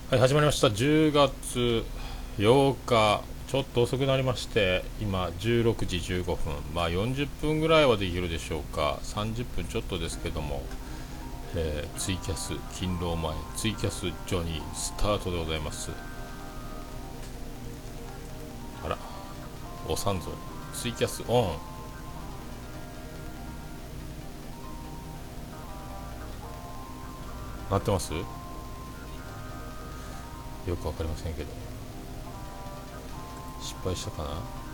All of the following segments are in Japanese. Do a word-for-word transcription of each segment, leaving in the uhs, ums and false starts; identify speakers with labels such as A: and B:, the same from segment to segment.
A: はい、始まりました。じゅうがつようか、ちょっと遅くなりまして、今じゅうろくじじゅうごふん、まあよんじゅっぷんぐらいはできるでしょうか。さんじゅっぷんちょっとですけども、えーツイキャス、勤労前、ツイキャスジョニー、スタートでございます。あら、おさんぞ、ツイキャスオン、なってます？よくわかりませんけど、失敗したかな。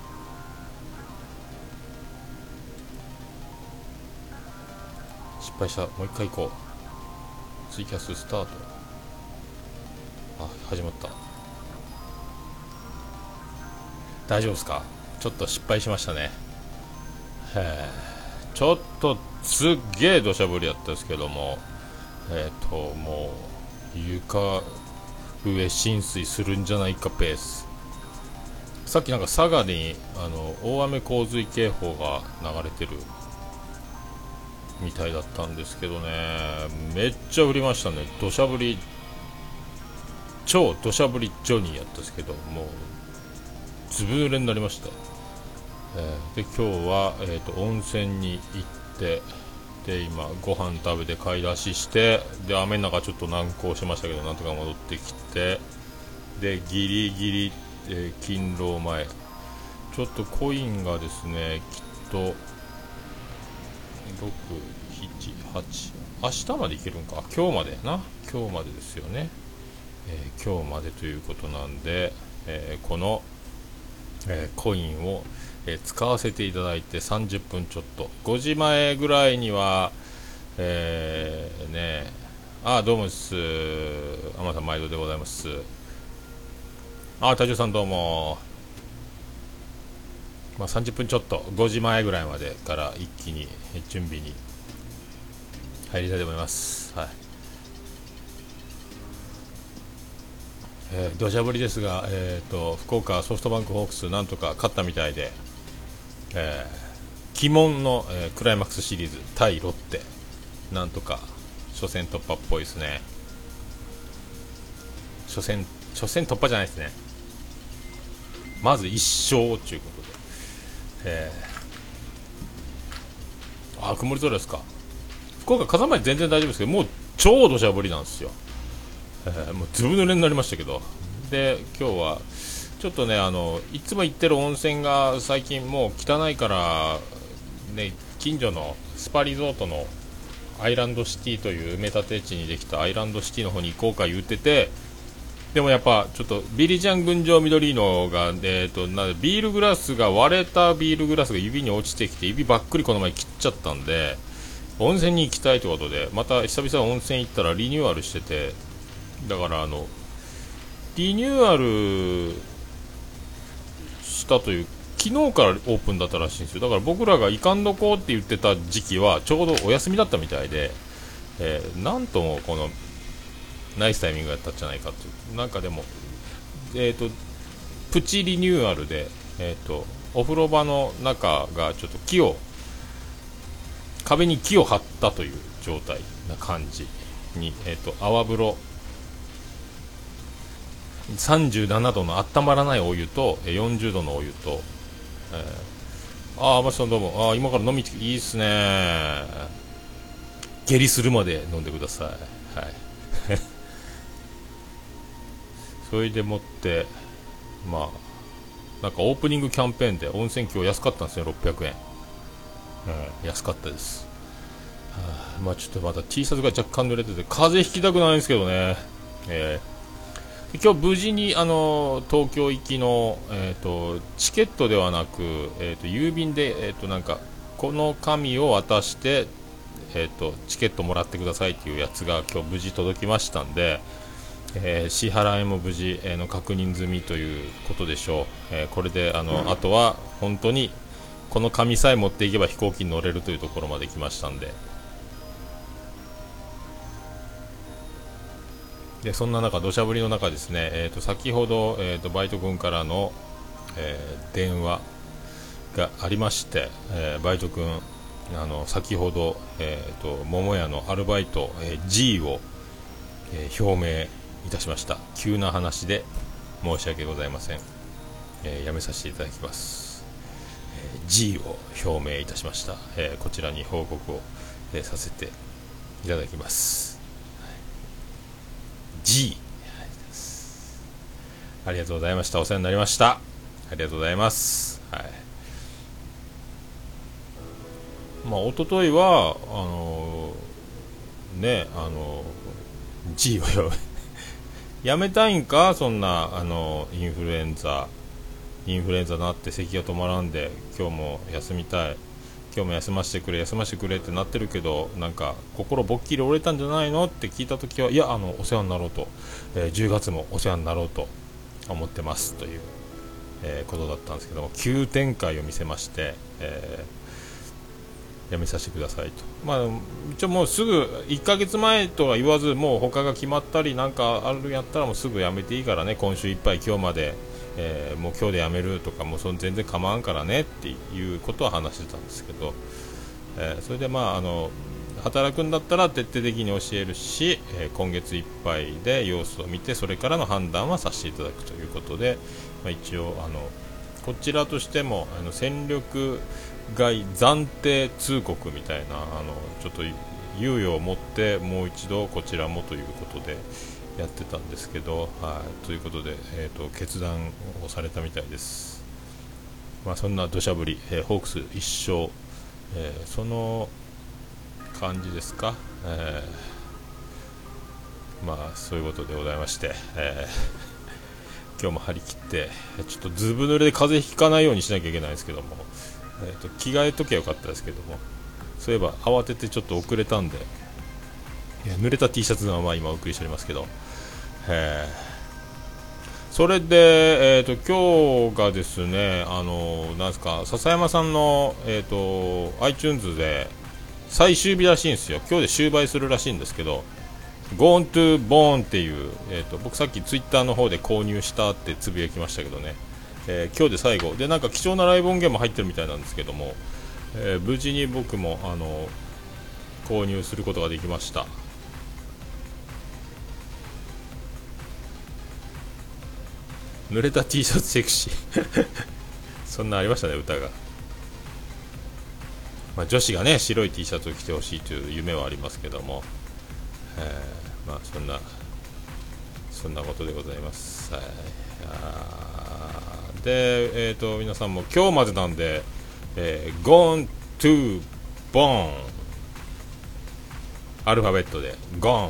A: 失敗した。もう一回行こう。ツイキャススタート。あ、始まった。大丈夫ですか？ちょっと失敗しましたね。へー、ちょっとすっげえ土砂降りやったんですけども、えっ、ともう床上浸水するんじゃないかペース。さっきなんか佐賀にあの大雨洪水警報が流れてるみたいだったんですけどね、めっちゃ降りましたね。土砂降り、超土砂降りジョニーやったんですけど、もうずぶ濡れになりました。えーで今日は、えー、と温泉に行って、で今ご飯食べて買い出しして、で雨の中ちょっと難航しましたけどなんとか戻ってきて、でギリギリ、えー勤労前、ちょっとコインがですねきっとろく、なな、はち、明日までいけるんか、今日までな、今日までですよね、えー今日までということなんで、えーこの、えーコインを、えー使わせていただいてさんじゅっぷんちょっと、ごじまえぐらいには、えー、ねあ、どうもです。天さん毎度でございます。あ、隊長さんどうも。まあ、さんじゅっぷんちょっと、ごじまえぐらいまでから一気に準備に入りたいと思います。はい。えー、土砂降りですが、えーと、福岡ソフトバンクホークスなんとか勝ったみたいで、えー、鬼門の、えークライマックスシリーズ対ロッテ、なんとか初戦突破っぽいですね。初戦、初戦突破じゃないですね。まずいっ勝ということで、えー、あ、曇り空ですか。福岡風前全然大丈夫ですけど、もう超土砂降りなんですよ。えー、もうずぶ濡れになりましたけど、で今日はちょっとね、あのいつも行ってる温泉が最近もう汚いから、ね、近所のスパリゾートのアイランドシティという埋め立て地にできたアイランドシティの方に行こうか言ってて、でもやっぱちょっとビリジャン群青緑のが、えー、となビールグラスが割れたビールグラスが指に落ちてきて、指ばっくりこの前切っちゃったんで、温泉に行きたいということでまた久々温泉行ったらリニューアルしてて、だからあのリニューアルしたという、昨日からオープンだったらしいんですよ。だから僕らが行かんどこって言ってた時期はちょうどお休みだったみたいで、えー、なんともこのナイスタイミングだったんじゃないかという。なんかでも、えー、とプチリニューアルで、えー、とお風呂場の中がちょっと木を壁に木を張ったという状態な感じに、えー、と泡風呂さんじゅうななどの温まらないお湯とよんじゅうどのお湯と、えー、ああ、マシさんどうも、あ、今から飲みいいっすね。下痢するまで飲んでください。はい。それでもって、まあ、なんかオープニングキャンペーンで温泉今日安かったんですね、ろっぴゃくえん。うん、安かったです。はあ、まあちょっとまた T シャツが若干濡れてて風邪ひきたくないんですけどね。えー、今日無事にあの東京行きの、えー、とチケットではなく、えー、と郵便で、えー、となんかこの紙を渡して、えー、とチケットもらってくださいっていうやつが今日無事届きましたんで、えー支払いも無事、えーの確認済みということでしょう。えーこれであのあとは本当にこの紙さえ持っていけば飛行機に乗れるというところまで来ましたんで、でそんな中土砂降りの中ですね、えー、と先ほど、えー、とバイト君からの、えー電話がありまして、えーバイト君、あの先ほど、えー、と桃屋のアルバイト、えー G を、えー表明いたしました。急な話で申し訳ございません。えー、やめさせていただきます。えー、G を表明いたしました。えー、こちらに報告を、えー、させていただきます。はい、G、ありがとうございました。お世話になりました。ありがとうございます。はい。まあ一昨日はあのー、ねあのー、G をやめたいんか、そんなあのインフルエンザインフルエンザなって咳が止まらんで今日も休みたい、今日も休ませてくれ休ませてくれってなってるけど、なんか心ぼっきり折れたんじゃないのって聞いたときは、いやあのお世話になろうと、えー、じゅうがつもお世話になろうと思ってますという、えー、ことだったんですけども、急展開を見せまして、えー、やめさせてくださいと。まあ一応もうすぐいっかげつまえとは言わず、もう他が決まったりなんかあるんやったらもうすぐやめていいからね、今週いっぱい今日まで、えー、もう今日でやめるとかもうその全然構わんからねっていうことは話してたんですけど、えー、それでまああの働くんだったら徹底的に教えるし、えー、今月いっぱいで様子を見てそれからの判断はさせていただくということで、まあ、一応あのこちらとしてもあの戦力外暫定通告みたいな、あのちょっと猶予を持ってもう一度こちらもということでやってたんですけど、はい、ということで、えーと、決断をされたみたいです。まあ、そんな土砂降り、えー、ホークス一勝、えー、その感じですか、えー、まあそういうことでございまして、えー、今日も張り切ってちょっとずぶ濡れで風邪ひかないようにしなきゃいけないんですけども、えーと、着替えときゃよかったですけども、そういえば慌ててちょっと遅れたんで、いや濡れた T シャツのまま今お送りしておりますけど、えー、それで、えーと、今日がですね、あのなんですか、笹山さんの、えーと、iTunes で最終日らしいんですよ。今日で終売するらしいんですけど、 Gone to Bone っていう、えーと、僕さっきツイッターの方で購入したってつぶやきましたけどね、えー、今日で最後で、なんか貴重なライブ音源も入ってるみたいなんですけども、えー、無事に僕もあの購入することができました。濡れた T シャツセクシーそんなありましたね、歌が。まあ、女子がね白い T シャツを着てほしいという夢はありますけども、えー、まあそんなそんなことでございます。はい、あで、えーと皆さんも今日までなんで、えー、Gone to Bone アルファベットで Gone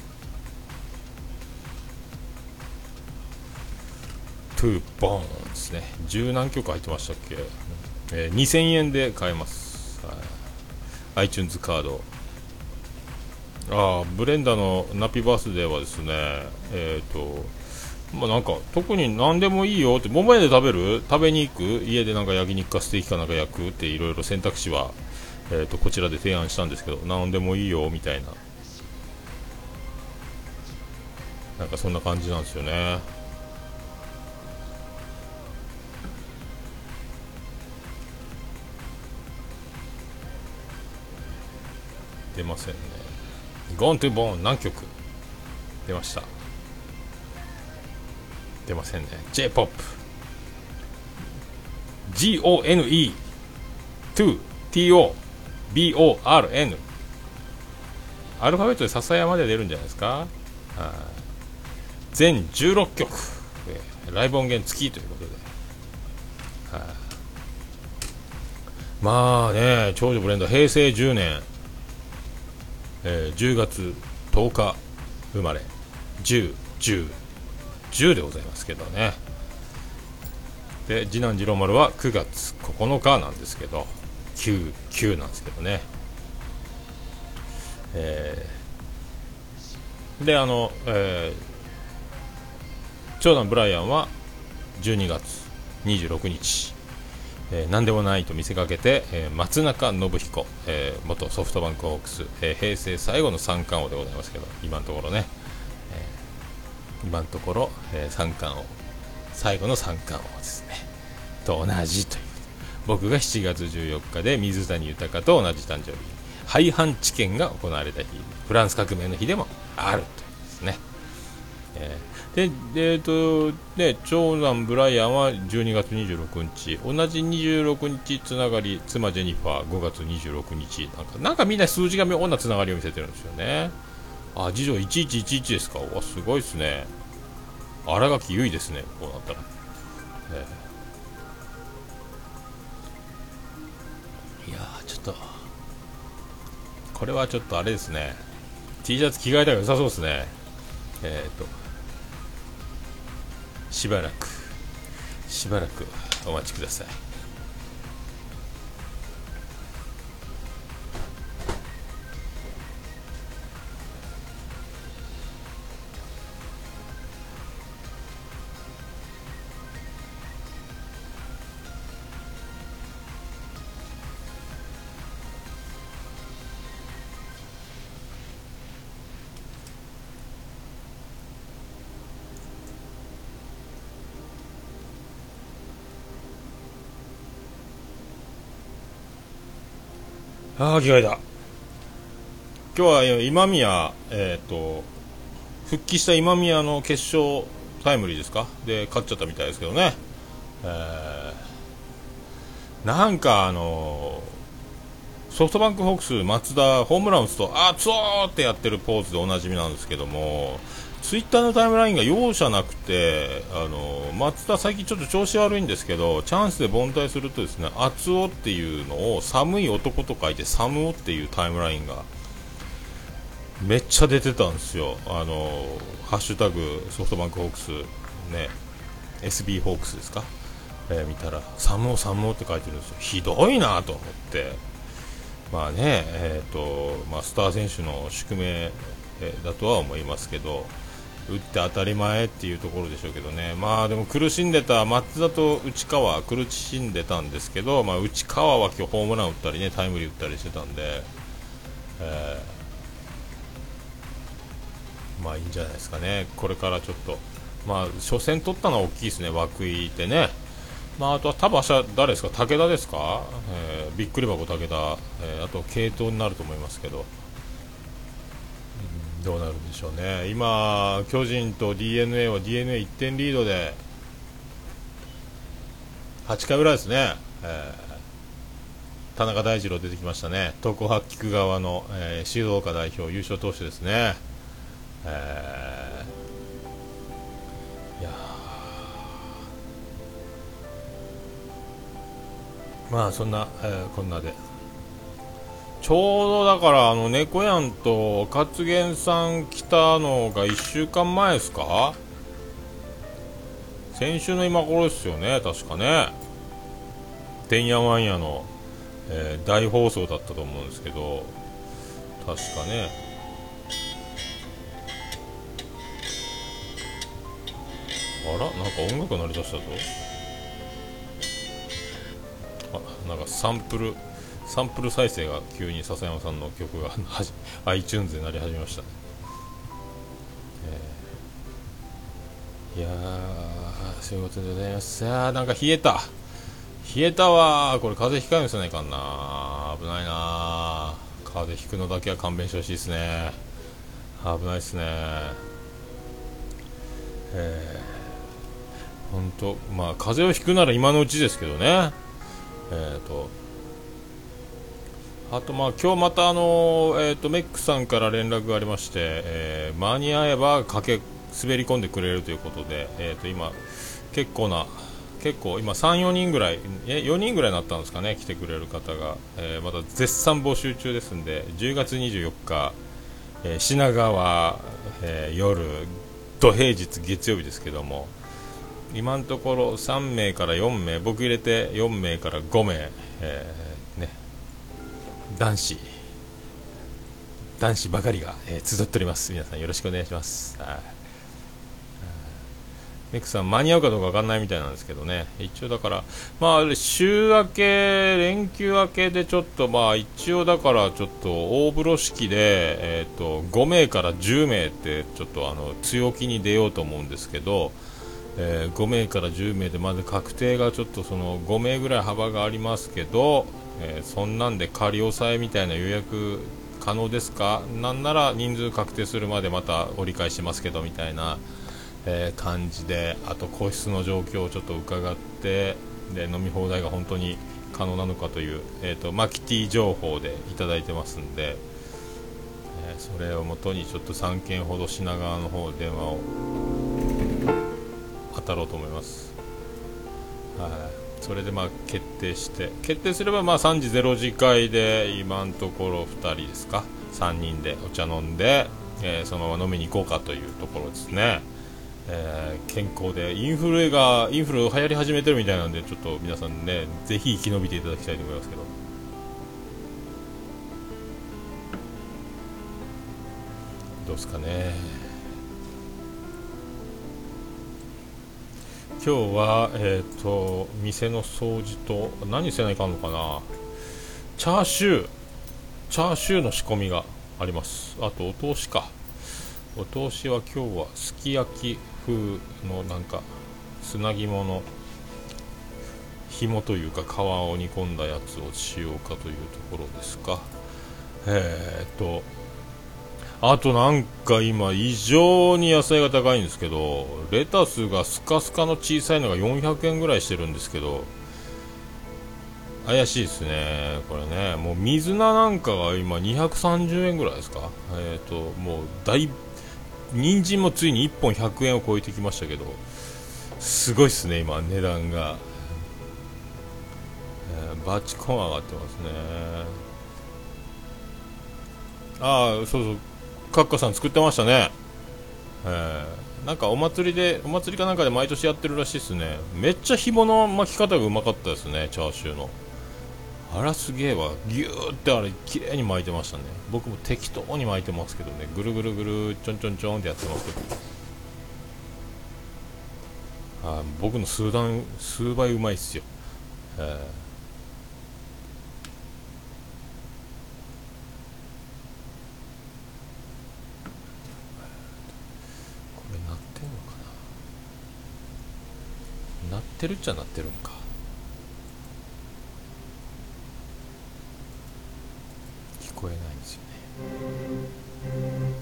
A: to Bone ですね。十何曲入ってましたっけ、えー、にせんえんで買えます、はい、iTunes カード。ああ、ブレンダのナピバースデーはですね、えっ、ー、とまあなんか特に何でもいいよって、モバイルで食べる食べに行く、家でなんか焼肉かステーキかなんか焼くっていろいろ選択肢は、えー、とこちらで提案したんですけど、何でもいいよみたいな、なんかそんな感じなんですよね。出ませんね。ゴントゥボーン何曲出ました。出ませんね。 J-ポップ ジーオーエヌイー to ティーオービーオーアールエヌ アルファベットで笹山で出るんじゃないですか。は全じゅうろっきょく、えー、ライブ音源付きということで、はまあね、長女ブレンダー平成じゅうねん、えー、じゅうがつとおか生まれ、じゅう、じゅう、じゅうでございますけどね。で次男次郎丸はくがつここのかなんですけど、きゅう、きゅうなんですけどね。えー、であの、えー、長男ブライアンはじゅうにがつにじゅうろくにち、えー、何でもないと見せかけて、えー、松中信彦、えー、元ソフトバンクホークス、えー、平成最後の三冠王でございますけど、今のところね、えー、今のところ、えー、三冠王、最後の三冠王ですねと同じという、僕がしちがつじゅうよっかで水谷豊と同じ誕生日、廃藩置県が行われた日、フランス革命の日でもあるというですね。 えー、で、えーとね、長男ブライアンはじゅうにがつにじゅうろくにち、同じにじゅうろくにちつながり、妻ジェニファーごがつにじゅうろくにち、なんかなんかみんな数字が妙なつながりを見せてるんですよね。あ、次女いちいちいちいちですか。わ、すごいですね。新垣結衣ですね、こうなったら。えー、いやー、ちょっと、これはちょっとあれですね。T シャツ着替えたら良さそうですね。えーと、しばらく、しばらくお待ちください。ああ、着替えた。今日は今宮、えーと、復帰した今宮の決勝タイムリーですかで勝っちゃったみたいですけどね。えー、なんかあのー、ソフトバンクホークス松田ホームラン打つとあーつおーってやってるポーズでおなじみなんですけども、ツイッターのタイムラインが容赦なくて、あのー、松田最近ちょっと調子悪いんですけど、チャンスで凡退するとですね、あつおっていうのを寒い男と書いてサムオっていうタイムラインがめっちゃ出てたんですよ。あのハッシュタグソフトバンクホークスね、 エスビー ホークスですか、えー、見たらサムオサムオって書いてるんですよ。ひどいなと思って、まあね、えーとまあ、スター選手の宿命、えー、だとは思いますけど、打って当たり前っていうところでしょうけどね。まあでも苦しんでた松田と内川苦しんでたんですけど、まあ、内川は今日ホームラン打ったりね、タイムリー打ったりしてたんで、えーまあいいんじゃないですかね。これからちょっと、まあ初戦取ったのは大きいですね、涌井ってね。まああとは多分明日誰ですか、武田ですか、えー、びっくり箱武田、えー、あと継投になると思いますけど、うん、どうなるんでしょうね。今巨人と ディーエヌエー は ディーエヌエーいってんリードではちかい裏ですね。えー、田中大二郎出てきましたね。東光白菊川の、えー、静岡代表優勝投手ですね。えー、いやまあそんな、えー、こんなでちょうどだからあの猫やんと勝元さん来たのがいっしゅうかんまえですか、先週の今頃ですよね、確かね。てんやわんやの、えー、大放送だったと思うんですけど、確かね。あら、なんか音楽鳴り出したぞ。あ、なんかサンプルサンプル再生が急に笹山さんの曲がiTunes で鳴り始めましたね。えー、いやー、そういうことでございます。さあ、なんか冷えた冷えたわー。これ風邪ひかんようにせないかんな。危ないな。風邪ひくのだけは勘弁してほしいですね。危ないですね。えー、ほんと、まあ風邪をひくなら今のうちですけどね。えーとあとまあ今日またあの、えー、とメックさんから連絡がありまして、えー間に合えば駆け滑り込んでくれるということで、えー、と今結構な結構今さん、よにんぐらいえよにんぐらいになったんですかね、来てくれる方が、えーまた絶賛募集中ですんで、じゅうがつにじゅうよっか、えー品川、えー夜土平日月曜日ですけども、今のところさんめいからよんめい、僕入れてよんめいからごめい、えーね、男子男子ばかりが、えー集っております。皆さんよろしくお願いします。はい、メックさん間に合うかどうか分かんないみたいなんですけどね、一応だからまあ週明け連休明けでちょっとまあ一応だからちょっと大風呂敷で、えー、とごめいからじゅうめいってちょっとあの強気に出ようと思うんですけど、えー、ごめいからじゅうめいでまず確定がちょっとそのごめいぐらい幅がありますけど、えー、そんなんで仮押さえみたいな予約可能ですか、なんなら人数確定するまでまた折り返しますけどみたいなえー感じで、あと個室の状況をちょっと伺って、で飲み放題が本当に可能なのかという、えーとマキティ情報でいただいてますんで、えーそれをもとにちょっとさんけんほど品川の方電話を当たろうと思います。はい、それでまあ決定して決定すればまあさんじぜろじ会で今のところふたりですか、さんにんでお茶飲んで、えーそのまま飲みに行こうかというところですね。えー健康でインフルがインフル流行り始めてるみたいなんで、ちょっと皆さんねぜひ生き延びていただきたいと思いますけど、どうですかね。今日はえっ、と店の掃除と何せないかんのかな、チャーシューチャーシューの仕込みがあります。あとお通しか、お通しは今日はすき焼き風のなんか砂肝の紐というか皮を煮込んだやつをしようかというところですか。えー、っとあとなんか今異常に野菜が高いんですけど、レタスがスカスカの小さいのがよんひゃくえんぐらいしてるんですけど、怪しいですねこれね。もう水菜なんかが今にひゃくさんじゅうえんぐらいですか。えー、っともう大人参もついにいっぽんひゃくえんを超えてきましたけど、すごいっすね今値段が、えーバチコン上がってますね。ああそうそう、カッカさん作ってましたね。えーなんかお祭りでお祭りかなんかで毎年やってるらしいですね。めっちゃ紐の巻き方がうまかったですね、チャーシューの。あらすげえわ、ギューってあれ綺麗に巻いてましたね。僕も適当に巻いてますけどね、ぐるぐるぐるちょんちょんちょんってやってますけど、あ僕の数段数倍うまいっすよ。えーこれ鳴ってんのかな、鳴ってるっちゃ鳴ってるんか。聞こえないんですよね。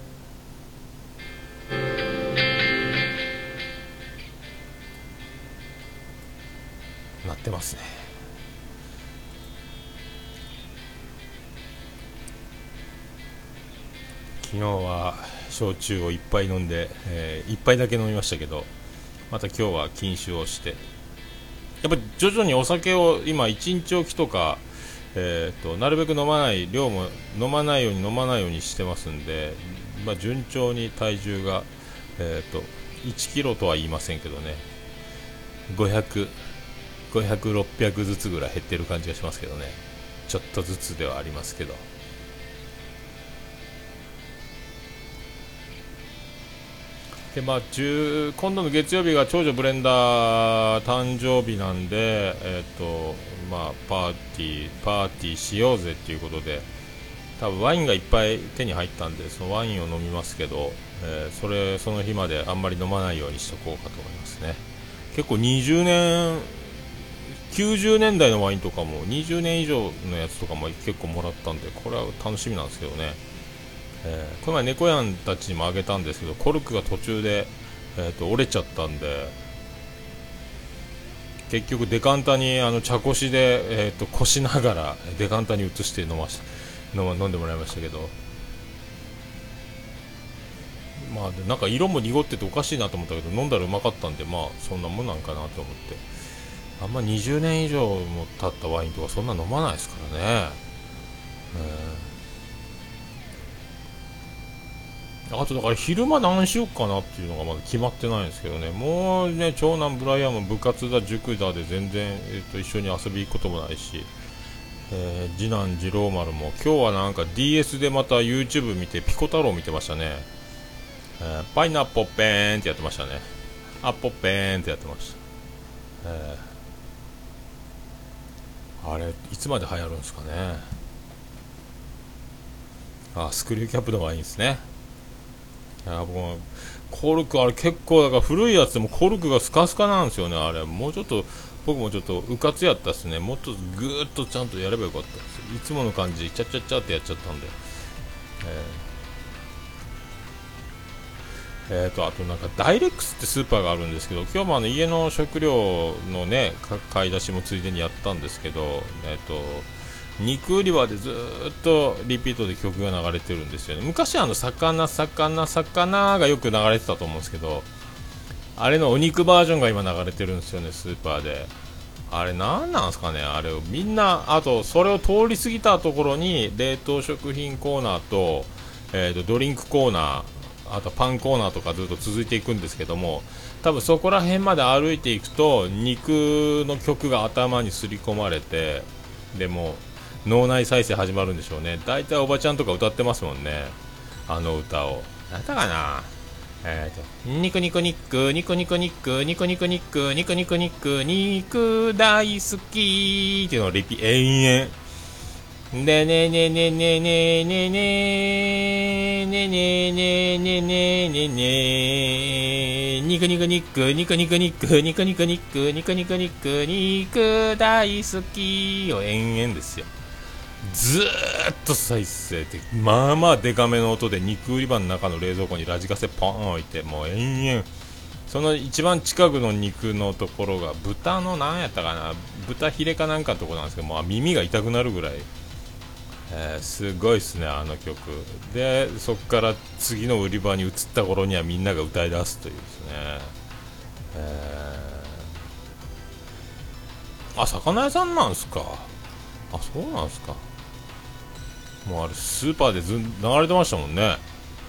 A: 鳴ってますね。昨日は焼酎をいっぱい飲んで、えー、いっぱいだけ飲みましたけど、また今日は禁酒をして、やっぱり徐々にお酒を今いちにちおきとか、えー、となるべく飲まない量も飲まないように飲まないようにしてますんで、まあ、順調に体重が、えー、といちキロとは言いませんけどね、ごひゃく、ごひゃく、ろっぴゃくずつぐらい減ってる感じがしますけどね。ちょっとずつではありますけど、で、まあ、今度の月曜日が長女ブレンダー誕生日なんで、えーとまあ、パーティーパーティーしようぜっていうことで、多分ワインがいっぱい手に入ったんでそのワインを飲みますけど、えーそれその日まであんまり飲まないようにしとこうかと思いますね。結構にじゅうねんきゅうじゅうねんだいのワインとかもにじゅうねん以上のやつとかも結構もらったんで、これは楽しみなんですけどね。えーこの前猫やんたちにもあげたんですけど、コルクが途中で、えー、と折れちゃったんで、結局デカンタにあの茶こしで、えー、とこしながらデカンタに移して飲ました飲飲んでもらいましたけど、まあでなんか色も濁ってておかしいなと思ったけど、飲んだらうまかったんで、まあそんなもんなんかなと思って。あんまにじゅうねん以上も経ったワインとかそんな飲まないですからね。えーあとだから昼間何しようかなっていうのがまだ決まってないんですけどね。もうね、長男ブライアンも部活だ塾だで全然、えー、と一緒に遊び行くこともないし、えー次男次郎丸も今日はなんか ディーエス でまた YouTube 見てピコ太郎見てましたね。えーパイナッポッペーンってやってましたね。アッポッペーンってやってました、えーあれいつまで流行るんですかね。あ、スクリューキャップの方がいいんですね。いや僕もコルクあれ結構だから古いやつでもコルクがスカスカなんですよね。あれもうちょっと僕もちょっとうかつやったですね。もっとぐーっとちゃんとやればよかったです。いつもの感じでチャッチャッチャってやっちゃったんで、ええーと、あとなんかダイレックスってスーパーがあるんですけど、今日もあの家の食料のね買い出しもついでにやったんですけど、えーと肉売り場でずーっとリピートで曲が流れてるんですよね。昔あの魚魚魚がよく流れてたと思うんですけど、あれのお肉バージョンが今流れてるんですよね、スーパーで。あれなんなんですかね、あれをみんな、あとそれを通り過ぎたところに冷凍食品コーナーと、えーとドリンクコーナー、あとパンコーナーとかずっと続いていくんですけども、多分そこら辺まで歩いていくと肉の曲が頭にすり込まれて、でも脳内再生始まるんでしょうね。だいたいおばちゃんとか歌ってますもんね、あの歌を。なんだかな、えーと、ニコニコニック、ニコニコニック、ニコニコニック、ニコニコニック、肉大好きっていうのをリピ、延々。でねねねねねねねねねねねねねねニコニコニック、ニコニコニック、ニコニコニック、ニコニコニック、肉大好きを延々ですよ。ずーっと再生で、まあまあデカめの音で肉売り場の中の冷蔵庫にラジカセポーン置いて、もう延々その一番近くの肉のところが豚の何やったかな、豚ヒレかなんかのところなんですけど、もう耳が痛くなるぐらい、えー、すごいっすねあの曲で。そこから次の売り場に移った頃にはみんなが歌い出すというですね、えー、あ、魚屋さんなんすか。あ、そうなんすか。もうあれスーパーでず流れてましたもんね。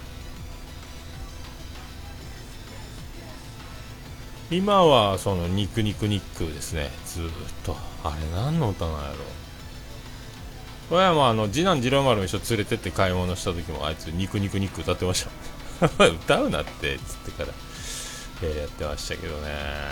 A: 今はその肉肉肉ですね、ずーっと。あれ何の歌なんやろ。これはもうあの次男次郎丸も一緒連れてって買い物した時もあいつ肉肉肉歌ってました歌うなってっつってから、えーやってましたけどね。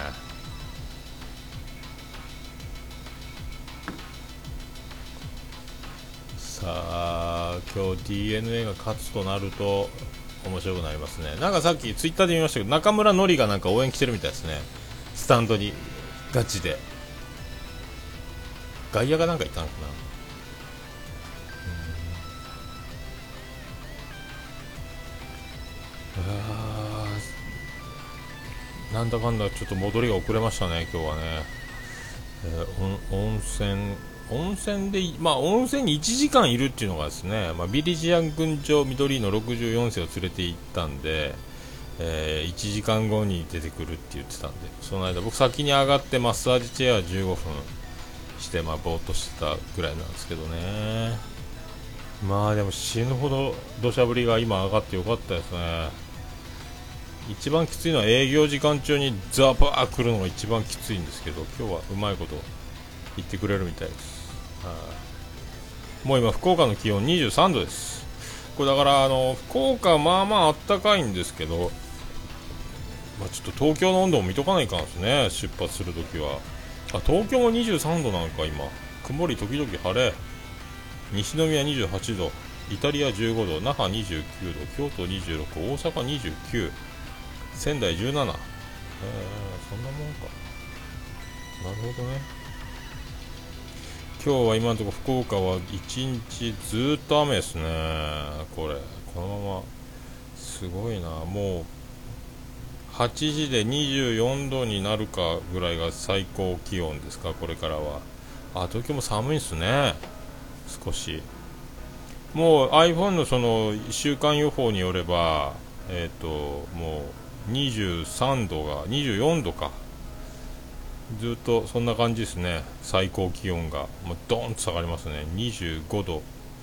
A: さあ今日 ディーエヌエー が勝つとなると面白くなりますね。なんかさっきツイッターで見ましたけど、中村のりがなんか応援来てるみたいですね、スタンドに。ガチで外野がなんかいたのかな。あ、なんだかんだちょっと戻りが遅れましたね今日はね。えー、温泉温泉で、まあ温泉にいちじかんいるっていうのがですね、まあ、ビリジアン群青緑のろくじゅうよん世を連れて行ったんで、えー、いちじかんごに出てくるって言ってたんで、その間僕先に上がってマッサージチェアじゅうごふんして、まあぼーっとしてたぐらいなんですけどね。まあでも死ぬほど土砂降りが今上がってよかったですね。一番きついのは営業時間中にザバー来るのが一番きついんですけど、今日はうまいこと言ってくれるみたいです。はもう今福岡の気温にじゅうさんどです。これだからあの福岡まあまああったかいんですけど、まあ、ちょっと東京の温度も見とかないかんですね、出発するときは。あ、東京もにじゅうさんどなんか今、曇り時々晴れ、西宮にじゅうはちど、イタリアじゅうごど、那覇にじゅうきゅうど、京都にじゅうろく、大阪にじゅうきゅう、仙台じゅうなな、えー、そんなもんか。なるほどね。今日は今のところ福岡は一日ずっと雨ですね。これこのまますごいな。もうはちじでにじゅうよんどになるかぐらいが最高気温ですか、これからは。あ、東京も寒いですね、少し。もう iPhone のその週間予報によれば、えっ、ー、ともうにじゅうさんどがにじゅうよんどか、ずっとそんな感じですね。最高気温がもうドーンと下がりますね、にじゅうごど、うん、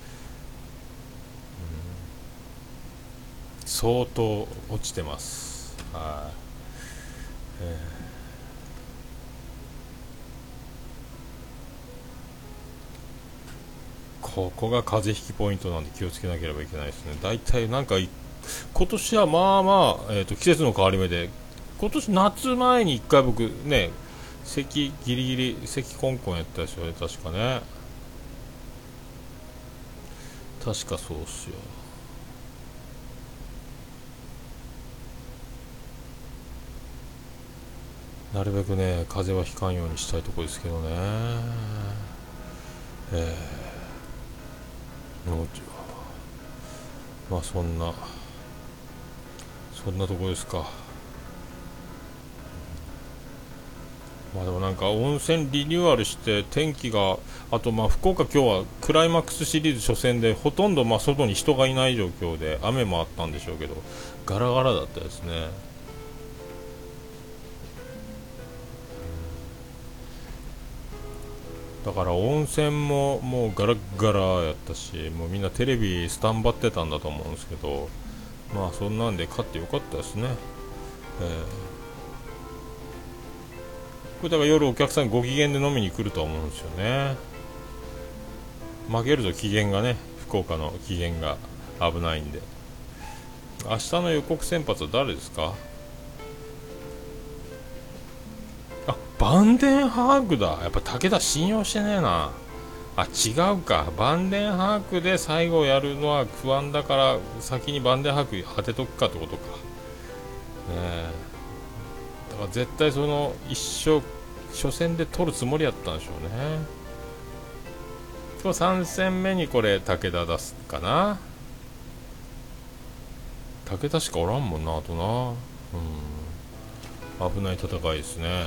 A: 相当落ちてます。はい、えー、ここが風邪ひきポイントなんで気をつけなければいけないですね。だいたいなんか今年はまあまあ、えーと、季節の変わり目で、今年夏前にいっかい僕ね、咳ギリギリ咳コンコンやったでしょ、確かね。確かそうっすよ。なるべくね風邪はひかんようにしたいところですけどね。えー、もうまあそんなそんなとこですか。まあでもなんか温泉リニューアルして天気が、あとまあ福岡今日はクライマックスシリーズ初戦でほとんどまあ外に人がいない状況で雨もあったんでしょうけどガラガラだったですね。だから温泉ももうガラッガラやったし、もうみんなテレビスタンバってたんだと思うんですけど、まあそんなんで勝ってよかったですね。えーこれだから夜お客さんご機嫌で飲みに来ると思うんですよね。負けると機嫌がね、福岡の機嫌が危ないんで。明日の予告先発は誰ですか？あ、バンデンハークだ。やっぱ武田信用してねえな。あ、違うか。バンデンハークで最後やるのは不安だから先にバンデンハーク当てとくかってことか。ねえ、だから絶対その一生初戦で取るつもりやったんでしょうね。今日さん戦目にこれ武田出すかな。武田しかおらんもんな、あとな。うん、危ない戦いですね。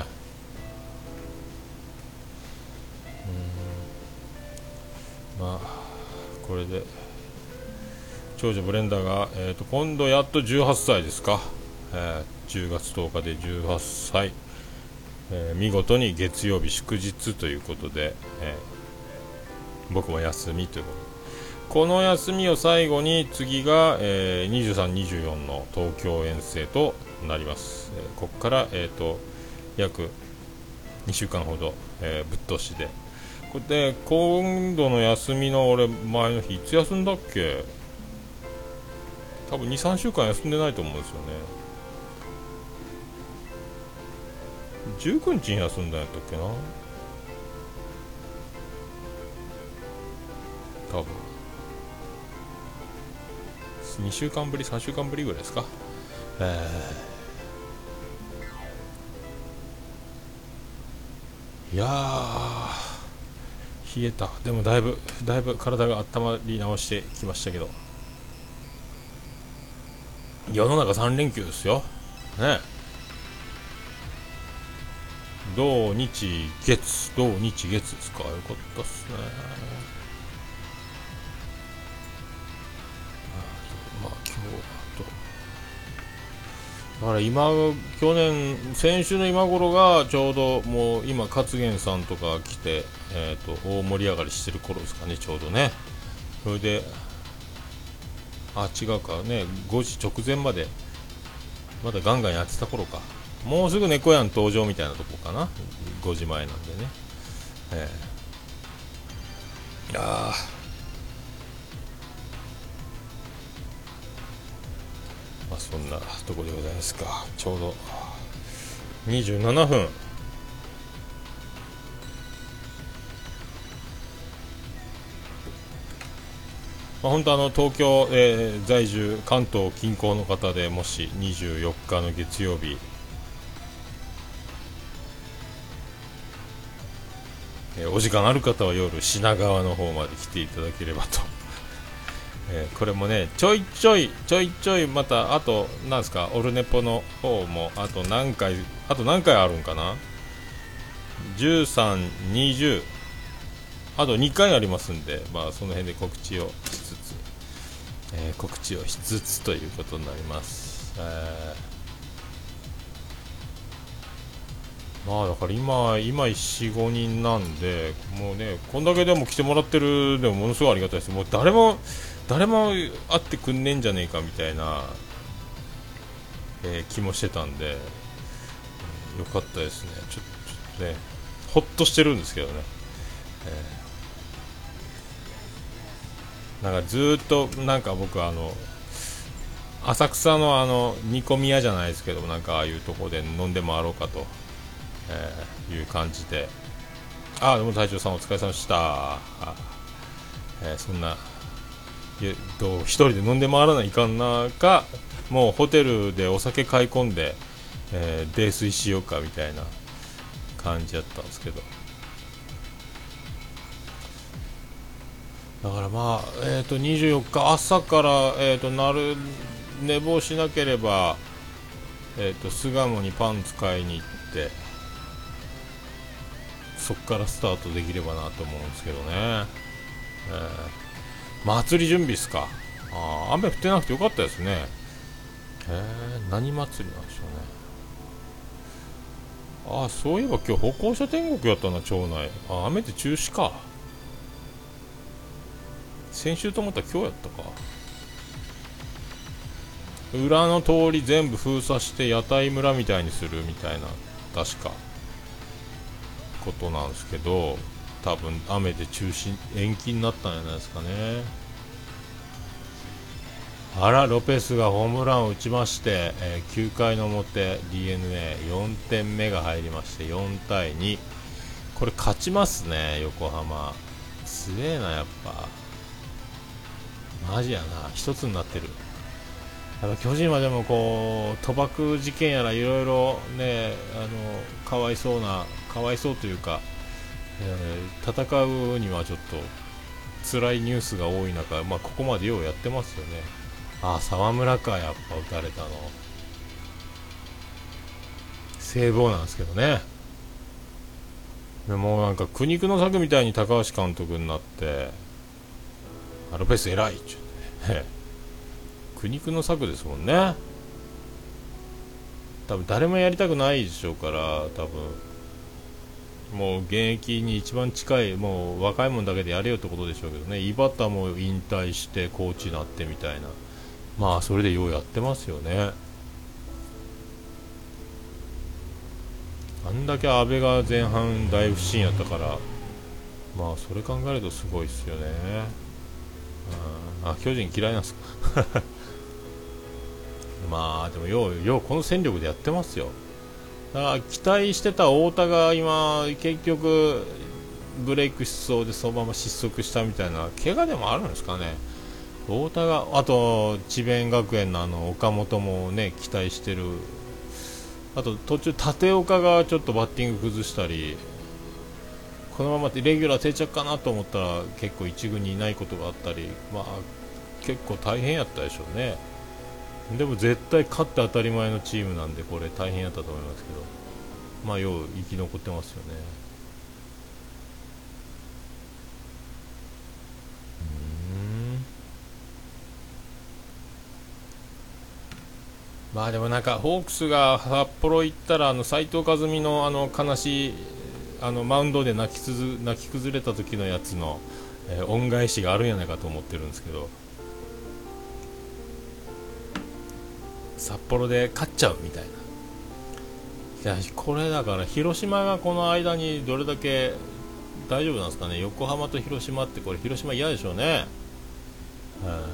A: うん、まあこれで長女ブレンダーが、えー、と今度やっとじゅうはっさいですか、えー、じゅうがつとおかでじゅうはっさい、えー見事に月曜日祝日ということで、えー僕も休みということで、この休みを最後に次が、えーにじゅうさん、にじゅうよんの東京遠征となります。えーここから、えー、と約にしゅうかんほど、えーぶっ通しで、これで今度の休みの俺前の日いつ休んだっけ。多分に、さんしゅうかん休んでないと思うんですよね。じゅうくにちに休んだんやったっけな、多分にしゅうかんぶりさんしゅうかんぶりぐらいですか。えー、いやー冷えた。でもだいぶだいぶ体が温まり直してきましたけど、世の中さん連休ですよね。土日月土日月ですか。よかったっすね。まあ今日とだから今去年先週の今頃がちょうどもう今勝元さんとか来て、えー、と大盛り上がりしてる頃ですかね、ちょうどね。それであ違うかね、ごじ直前までまだガンガンやってた頃か。もうすぐ猫やん登場みたいなとこかな、ごじまえなんでね。えー、いやまあそんなところでございますか。ちょうどにじゅうななふん。まあ、本当あの東京、えー在住関東近郊の方でもしにじゅうよっかの月曜日、えーお時間ある方は夜品川の方まで来ていただければと。えーこれもねちょいちょいちょいちょいまたあとなんですか、オルネポの方もあと何回あと何回あるんかな。じゅうさん、にじゅうあとにかいありますんで、まあその辺で告知をしつつ、えー告知をしつつということになります。えーまあだから今今よん、ごにんなんで、もうねこんだけでも来てもらってるでもものすごいありがたいです。もう誰も誰も会ってくんねえんじゃねえかみたいな、えー気もしてたんで、うんよかったですね。ちょちょっとねほっとしてるんですけどね。えーなんかずーっとなんか僕あの浅草のあの煮込み屋じゃないですけど、なんかああいうとこで飲んで回ろうかと、えーいう感じで。ああ、でも隊長さんお疲れ様でした。あ、えーそんないやと一人で飲んで回らないかんなか、もうホテルでお酒買い込んで、えー泥酔しようかみたいな感じだったんですけど、だからまあ、えー、とにじゅうよっか朝から、えー、となる寝坊しなければ、えーと、巣鴨にパンツ買いに行って、そっからスタートできればなと思うんですけどね。えー、祭り準備っすか。あ、雨降ってなくてよかったですね。えー、何祭りなんでしょうね。あ、そういえば今日歩行者天国やったな、町内。あ、雨で中止か。先週と思ったら今日やったか。裏の通り全部封鎖して屋台村みたいにするみたいな、確かことなんですけど、多分雨で中止延期になったんじゃないですかね。あら、ロペスがホームランを打ちまして、えー、きゅうかいの表 ディーエヌエーよんてんめが入りましてよんたいに。これ勝ちますね、横浜。強えな、やっぱマジやな、一つになってる。やっぱ巨人はでもこう賭博事件やらいろいろね、あのかわいそうな、かわいそうというか、えー、戦うにはちょっと辛いニュースが多い中、まあ、ここまでようやってますよね。あ、沢村か、やっぱ打たれたの聖望なんですけどね。でもなんか苦肉の策みたいに高橋監督になって、アルペス偉いっちゅうね苦肉の策ですもんね。多分誰もやりたくないでしょうから、多分もう現役に一番近い、もう若いもんだけでやれよってことでしょうけどね。井端も引退してコーチになってみたいな、まあそれでようやってますよね。あんだけ阿部が前半大不振やったから、まあそれ考えるとすごいっすよね。ああ、巨人嫌いなんすかまあでもようようこの戦力でやってますよ。だから期待してた太田が今結局ブレイクしそうでそのまま失速したみたいな怪我でもあるんですかね。太田が、あと智弁学園のあの岡本もね期待してる。あと途中立岡がちょっとバッティング崩したり、このままレギュラー定着かなと思ったら結構一軍にいないことがあったり、まあ結構大変やったでしょうね。でも絶対勝って当たり前のチームなんで、これ大変やったと思いますけど、まあよう生き残ってますよね。うーん、まあでもなんかホークスが札幌行ったら、あの斉藤和美のあの悲しいあのマウンドで泣きつづ泣き崩れた時のやつの、えー恩返しがあるんじゃないかと思ってるんですけど、札幌で勝っちゃうみたいな。いやこれだから広島がこの間にどれだけ大丈夫なんですかね。横浜と広島って、これ広島嫌でしょうね。うん、よ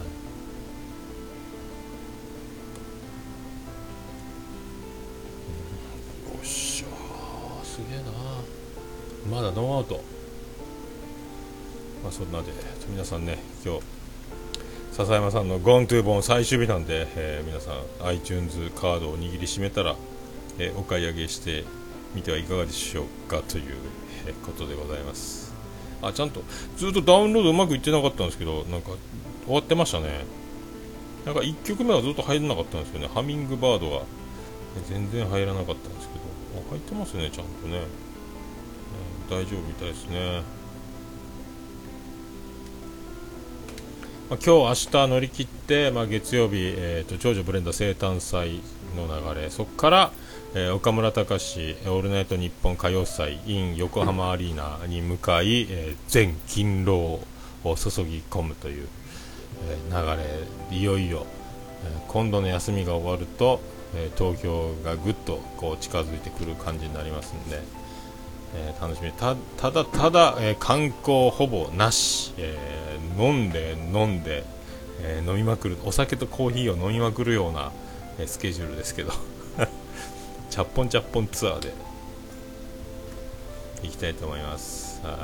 A: っしゃー、すげえな。まだノーアウト。まあそんなで皆さんね、今日笹山さんのゴントゥーボン最終日なんで、えー皆さん iTunes カードを握りしめたら、えーお買い上げしてみてはいかがでしょうかという、えーことでございます。あ、ちゃんとずっとダウンロードうまくいってなかったんですけど、なんか終わってましたね。なんかいっきょくめはずっと入らなかったんですよね。ハミングバードが全然入らなかったんですけど、あ、入ってますね、ちゃんとね、えー大丈夫みたいですね。まあ、今日明日乗り切って、まあ、月曜日、えー、と長女ブレンダー生誕祭の流れ、そこから、えー岡村隆史オールナイトニッポン歌謡祭 in 横浜アリーナに向かい、えー全勤労を注ぎ込むという、えー流れ、いよいよ、えー今度の休みが終わると、えー東京がぐっとこう近づいてくる感じになりますんで、えー楽しみ。たただただ、えー観光ほぼなし、えー飲んで飲んで、えー飲みまくる、お酒とコーヒーを飲みまくるような、えースケジュールですけどチャッポンチャッポンツアーで行きたいと思います。あ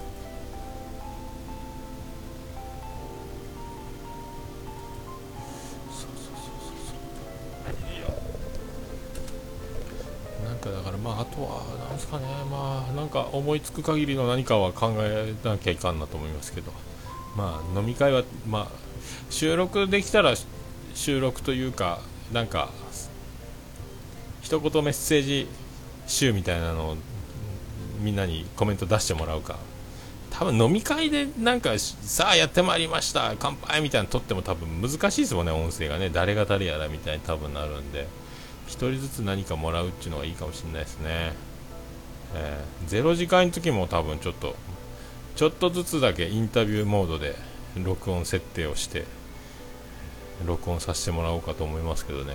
A: なんかだから、まああとはなんですかね、まあなんか思いつく限りの何かは考えなきゃいかんなと思いますけど、まあ飲み会は、まあ収録できたら収録というか、なんか一言メッセージ集みたいなのをみんなにコメント出してもらうか、多分飲み会でなんかさあやってまいりました乾杯みたいなの撮っても多分難しいですもんね、音声がね、誰が誰やらみたいに多分なるんで、一人ずつ何かもらうっていうのがいいかもしれないですね。えー、ゼロ時間の時も多分ちょっとちょっとずつだけインタビューモードで録音設定をして録音させてもらおうかと思いますけどね、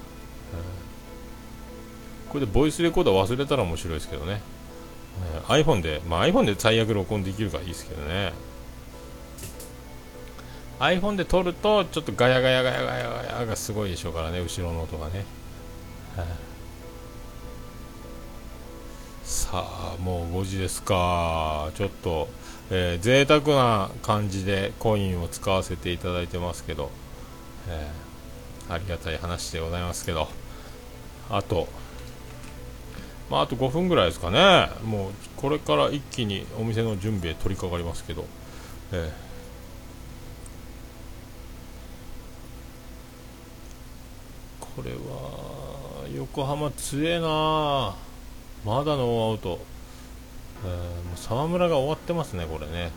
A: えー、これでボイスレコーダー忘れたら面白いですけどね、えー、iPhone で、まあ、iPhone で最悪録音できるからいいですけどね、 iPhone で撮るとちょっとガヤガヤガヤガヤガヤがすごいでしょうからね、後ろの音がね、えー、さあもうごじですか。ちょっと、えー、贅沢な感じでコインを使わせていただいてますけど、えー、ありがたい話でございますけど、あとまああとごふんぐらいですかね。もうこれから一気にお店の準備へ取り掛かりますけど、えー、これは横浜強えな、まだノーアウト、えー、もう沢村が終わってますねこれね。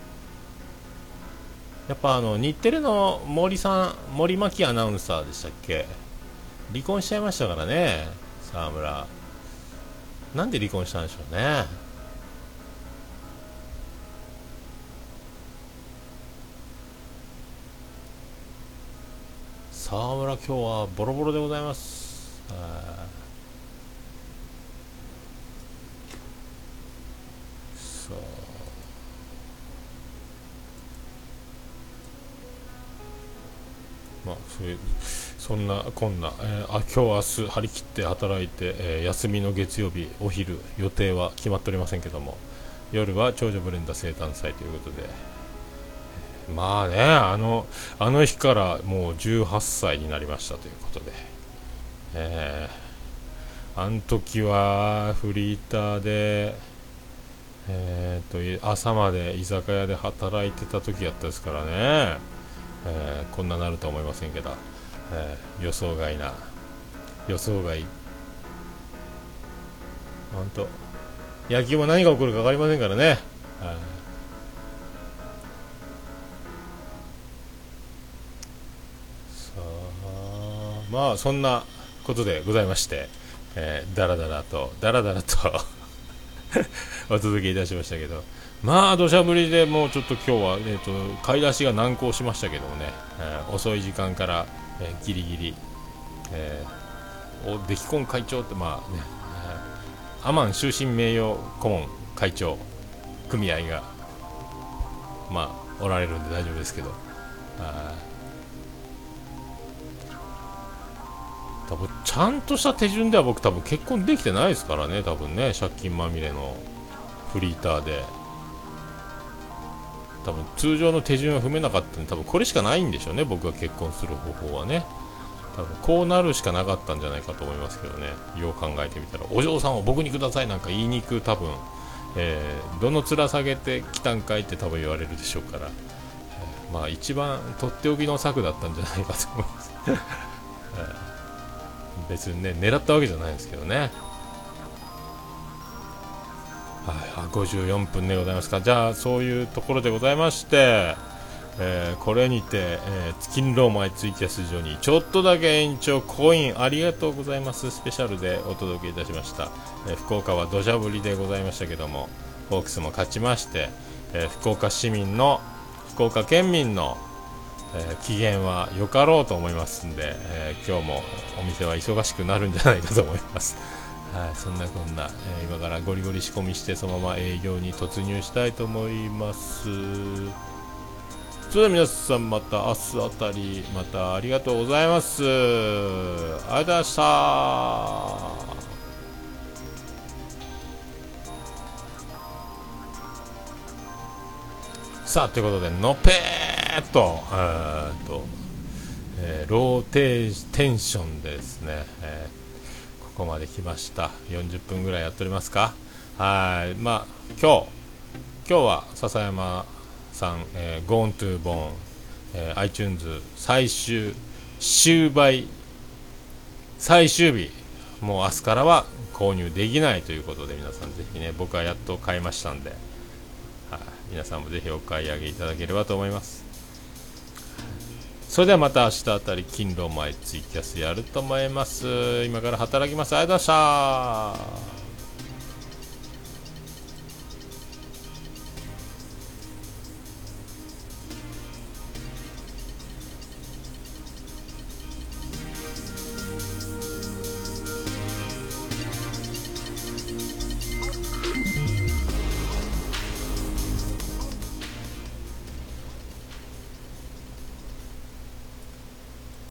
A: やっぱあの日テレの森さん、森牧アナウンサーでしたっけ、離婚しちゃいましたからね、沢村。なんで離婚したんでしょうね。沢村今日はボロボロでございます。あそうまあそういうそんなこんな、えー、あ今日明日張り切って働いて、えー、休みの月曜日お昼予定は決まっておりませんけども、夜は長女ブレンダ生誕祭ということで、まあね、あのあの日からもうじゅうはっさいになりましたということで、えー、あの時はフリーターで、えー、と朝まで居酒屋で働いてた時やったですからね、えー、こんななるとは思いませんけど、えー、予想外な予想外、本当野球も何が起こるか分かりませんからね、はいさあまあそんなことでございまして、えー、だらだらとだらだらとお届けいたしましたけど、まあ土砂降りでもうちょっと今日は、えー、と買い出しが難航しましたけどもね、えー、遅い時間から、えー、ギリギリ、えー、お出来婚会長ってまあね、えー、アマン終身名誉顧問会長組合がまあおられるんで大丈夫ですけど、あ多分ちゃんとした手順では僕多分結婚できてないですからね、多分ね借金まみれのフリーターで多分通常の手順は踏めなかったんで、多分これしかないんでしょうね、僕が結婚する方法はね。多分こうなるしかなかったんじゃないかと思いますけどね、よう考えてみたらお嬢さんを僕にくださいなんか言いにく多分、えー、どの面下げてきたんかいって多分言われるでしょうから、えー、まあ一番とっておきの策だったんじゃないかと思います、えー、別にね狙ったわけじゃないんですけどね。はい、ごじゅうよんぷんでございますか。じゃあそういうところでございまして、えー、これにて、えー、金ローマイツイキャス上にちょっとだけ延長コインありがとうございますスペシャルでお届けいたしました。えー、福岡は土砂降りでございましたけどもホークスも勝ちまして、えー、福岡市民の福岡県民の、えー、機嫌はよかろうと思いますんで、えー、今日もお店は忙しくなるんじゃないかと思いますはい、そんなこんな、えー、今からゴリゴリ仕込みしてそのまま営業に突入したいと思います。それでは皆さんまた明日あたりまたありがとうございます。ありがとうございました。さあということでのぺーっと、えーっと、えー、ローテンションでですね、えーここまで来ました。よんじゅっぷんぐらいやっておりますか。はい、まあ今日今日は笹山さん、えー、Gone to Bone、えー、iTunes 最終終売最終日、もう明日からは購入できないということで、皆さんぜひね、僕はやっと買いましたんで、はい、皆さんもぜひお買い上げいただければと思います。それではまた明日あたり勤労前ツイキャスやると思います。今から働きます。ありがとうございました。